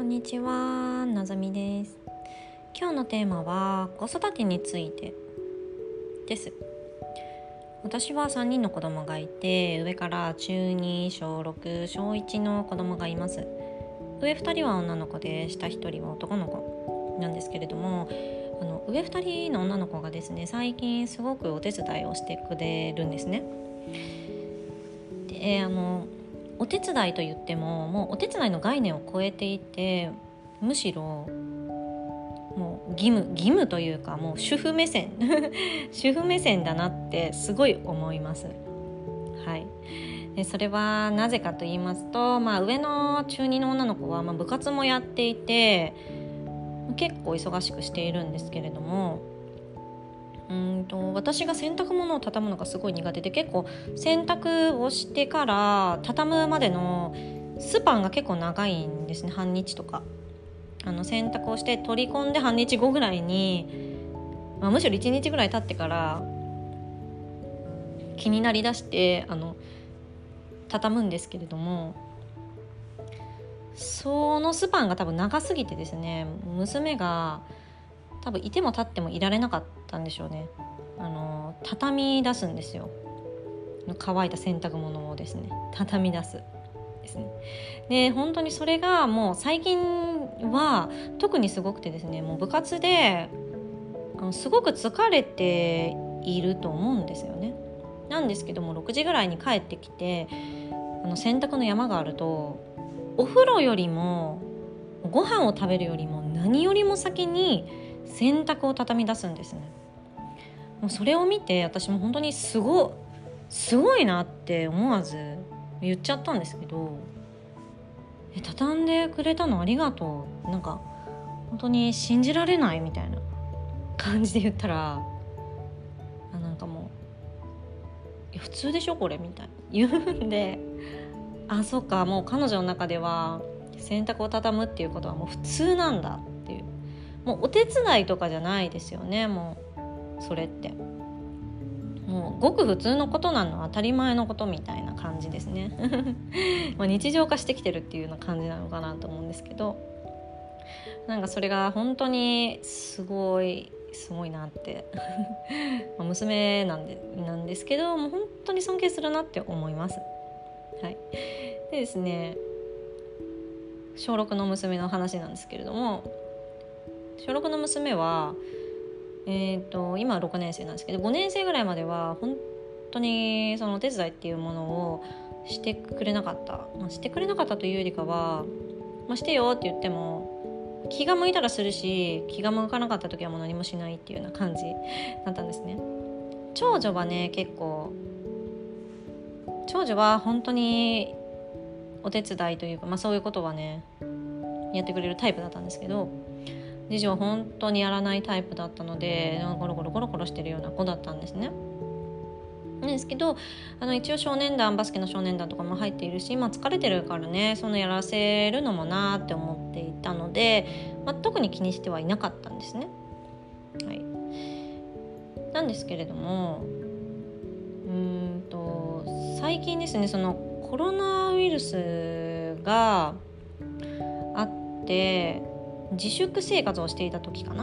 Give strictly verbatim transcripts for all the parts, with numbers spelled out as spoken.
にちは、なざみです。今日のテーマは子育てについてです。私はさんにんの子供がいて、上からちゅうに、しょうろく、しょういちの子供がいます。上ふたりは女の子で、下ひとりは男の子なんですけれども、あの上ふたりの女の子がですね、最近すごくお手伝いをしてくれるんですね。で、あのお手伝いと言ってももうお手伝いの概念を超えていて、むしろもう義務義務というか、もう主婦目線主婦目線だなってすごい思います。はい。でそれはなぜかと言いますと、まあ、上の中にの女の子は、まあ、部活もやっていて結構忙しくしているんですけれども、うんと私が洗濯物を畳むのがすごい苦手で、結構洗濯をしてから畳むまでのスパンが結構長いんですね。半日とか、あの洗濯をして取り込んで半日後ぐらいに、まあ、むしろいちにちぐらい経ってから気になりだしてあの畳むんですけれども、そのスパンが多分長すぎてですね、娘が多分いても立ってもいられなかったんでしょうね。あの畳み出すんですよ。乾いた洗濯物をですね畳み出すですね。で本当にそれがもう最近は特にすごくてですね、もう部活であのすごく疲れていると思うんですよね。なんですけどもろくじぐらいに帰ってきて、あの洗濯の山があると、お風呂よりもご飯を食べるよりも何よりも先に洗濯を畳み出すんですね。もうそれを見て私も本当にすごすごいなって思わず言っちゃったんですけど、え畳んでくれたのありがとう、なんか本当に信じられないみたいな感じで言ったら、あなんかもう普通でしょこれみたいに言うんで、あそうか、もう彼女の中では洗濯を畳むっていうことはもう普通なんだっていう、もうお手伝いとかじゃないですよね。もうそれってもうごく普通のことなの、当たり前のことみたいな感じですねまあ日常化してきてるっていうような感じなのかなと思うんですけど、なんかそれが本当にすごいすごいなってまあ娘なんでなんですけど、もう本当に尊敬するなって思います。はい。でですね、しょうろくの娘の話なんですけれども、しょうろくの娘はえー、と今はろくねん生なんですけど、ごねん生ぐらいまでは本当にそのお手伝いっていうものをしてくれなかった、まあ、してくれなかったというよりかは、まあ、してよって言っても気が向いたらするし、気が向かなかった時はもう何もしないっていうような感じだったんですね。長女はね、結構長女は本当にお手伝いというか、まあ、そういうことはねやってくれるタイプだったんですけど、次女は本当にやらないタイプだったので、ゴロゴロゴロゴロしてるような子だったんですね。なんですけど、あの一応少年団、バスケの少年団とかも入っているし、まあ、疲れてるからね、そのやらせるのもなって思っていたので、まあ、特に気にしてはいなかったんですね。はい。なんですけれども、うーんと最近ですね、そのコロナウイルスがあって自粛生活をしていた時かな、うん、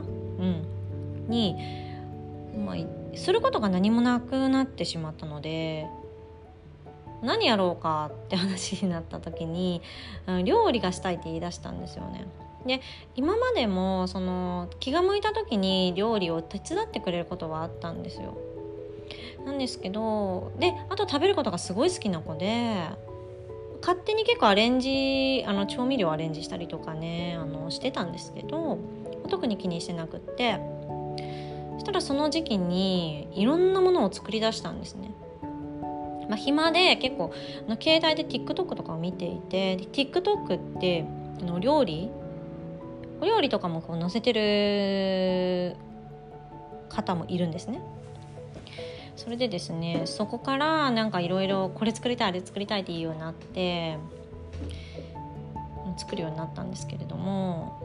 に、まあ、することが何もなくなってしまったので、何やろうかって話になった時に、うん、料理がしたいって言い出したんですよね。で今までもその気が向いた時に料理を手伝ってくれることはあったんですよ。なんですけど、であと食べることがすごい好きな子で、勝手に結構アレンジあの調味料アレンジしたりとかね、あのしてたんですけど、特に気にしてなくって、そしたらその時期にいろんなものを作り出したんですね。まあ、暇で結構あの携帯で TikTok とかを見ていて、TikTok ってあの料理お料理とかもこう載せてる方もいるんですね。それでですね、そこからなんかいろいろこれ作りたいあれ作りたいっていうようになって作るようになったんですけれども、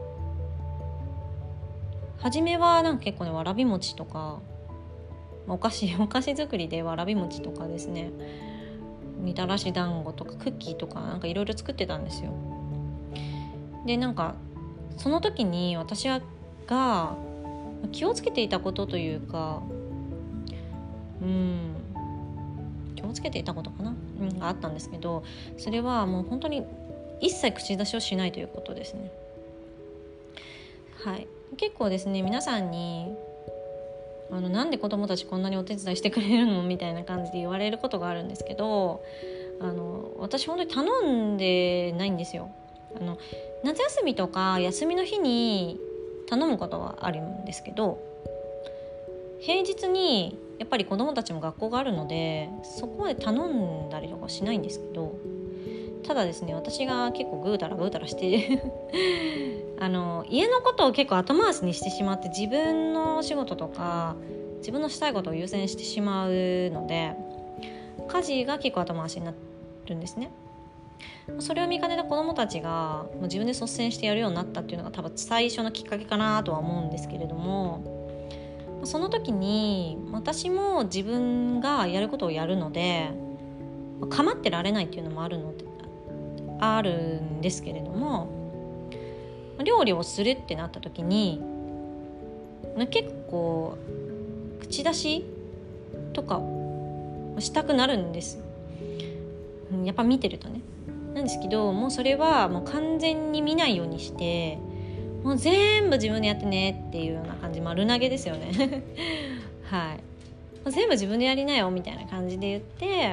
初めはなんか結構ね、わらび餅とかお菓子お菓子作りでわらび餅とかですね、みたらし団子とかクッキーとかなんかいろいろ作ってたんですよ。でなんかその時に私が気をつけていたことというか、うん気をつけていたことかな、うん、があったんですけど、それはもう本当に一切口出しをしないということですね。はい、結構ですね、皆さんにあのなんで子供たちこんなにお手伝いしてくれるのみたいな感じで言われることがあるんですけど、あの私本当に頼んでないんですよ。あの夏休みとか休みの日に頼むことはあるんですけど、平日にやっぱり子供たちも学校があるのでそこまで頼んだりとかしないんですけど、ただですね、私が結構ぐうたらぐうたらしてあの家のことを結構後回しにしてしまって、自分の仕事とか自分のしたいことを優先してしまうので、家事が結構後回しになるんですね。それを見かねた子どもたちがもう自分で率先してやるようになったっていうのが多分最初のきっかけかなとは思うんですけれども、その時に私も自分がやることをやるので構ってられないっていうのもあるのであるんですけれども、料理をするってなった時に結構口出しとかしたくなるんです。やっぱ見てるとね。なんですけど、もうそれはもう完全に見ないようにして、もう全部自分でやってねっていうような感じ、丸投げですよねはい、全部自分でやりなよみたいな感じで言って、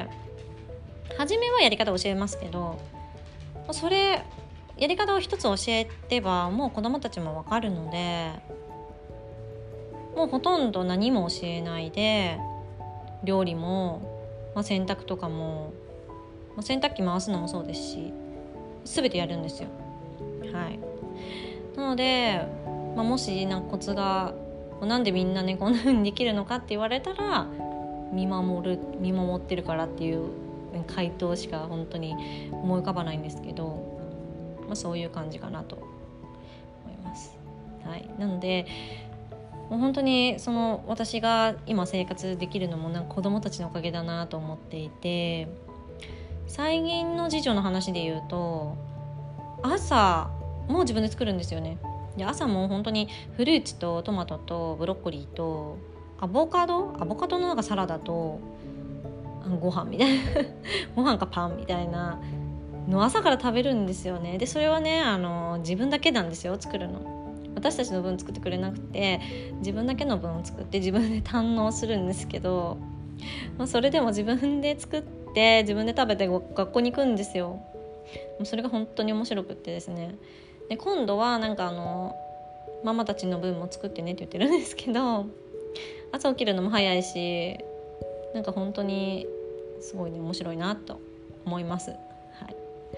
初めはやり方を教えますけど、それやり方を一つ教えてばもう子どもたちも分かるので、もうほとんど何も教えないで、料理も、まあ、洗濯とかも、まあ、洗濯機回すのもそうですし全てやるんですよ。はい、なので、まあ、もしなんかコツがなんでみんなねこんな風にできるのかって言われたら、見守る見守ってるからっていう回答しか本当に思い浮かばないんですけど、まあ、そういう感じかなと思います。はい、なのでもう本当にその私が今生活できるのもなんか子供たちのおかげだなと思っていて、最近の次女の話で言うと、朝もう自分で作るんですよね。で朝も本当にフルーツとトマトとブロッコリーとアボカドアボカドのなんかサラダとご飯みたいなご飯かパンみたいなの朝から食べるんですよね。でそれはね、あの自分だけなんですよ、作るの。私たちの分作ってくれなくて、自分だけの分を作って自分で堪能するんですけど、まあ、それでも自分で作って自分で食べて学校に行くんですよ。それが本当に面白くってですね。で今度はなんかあのママたちの分も作ってねって言ってるんですけど、朝起きるのも早いし、なんか本当にすごいね面白いなと思います。はい、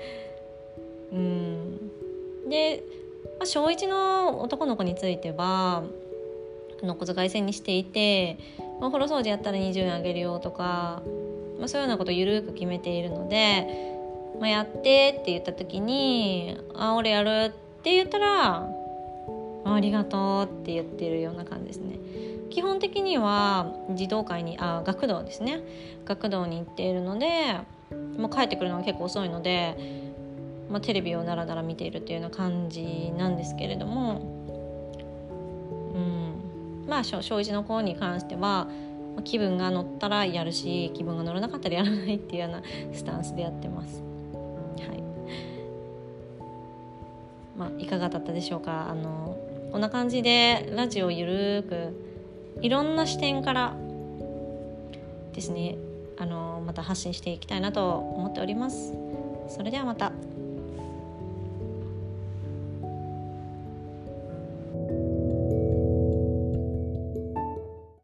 うんで、まあ、小いちの男の子についてはあの小遣い制にしていて、まあ、お風呂掃除やったらにじゅうえんあげるよとか、まあ、そういうようなことをゆるく決めているので、まあ、やってって言った時にあ俺やるって言ったら あ, ありがとうって言ってるような感じですね。基本的には児童会にあ学童ですね学童に行っているので、もう帰ってくるのが結構遅いので、まあ、テレビをだらだら見ているっていうような感じなんですけれども、うんまあ小いちの子に関しては気分が乗ったらやるし、気分が乗らなかったらやらないっていうようなスタンスでやってます。はい、まあ、いかがだったでしょうか。あのこんな感じでラジオゆるくいろんな視点からですね、あのまた発信していきたいなと思っております。それではまた。